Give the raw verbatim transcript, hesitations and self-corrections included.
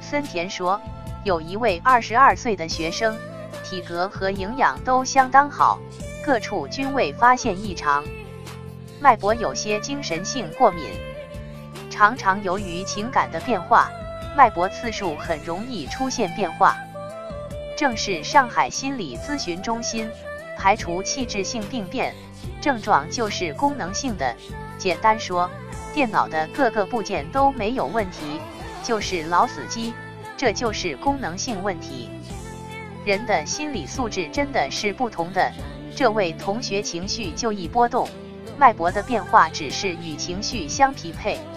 森田说，有一位二十二岁的学生，体格和营养都相当好，各处均未发现异常。脉搏有些精神性过敏，常常由于情感的变化，脉搏次数很容易出现变化。正是上海心理咨询中心排除器质性病变，症状就是功能性的。简单说，电脑的各个部件都没有问题，就是老死机，这就是功能性问题。人的心理素质真的是不同的，这位同学情绪就易波动，脉搏的变化只是与情绪相匹配。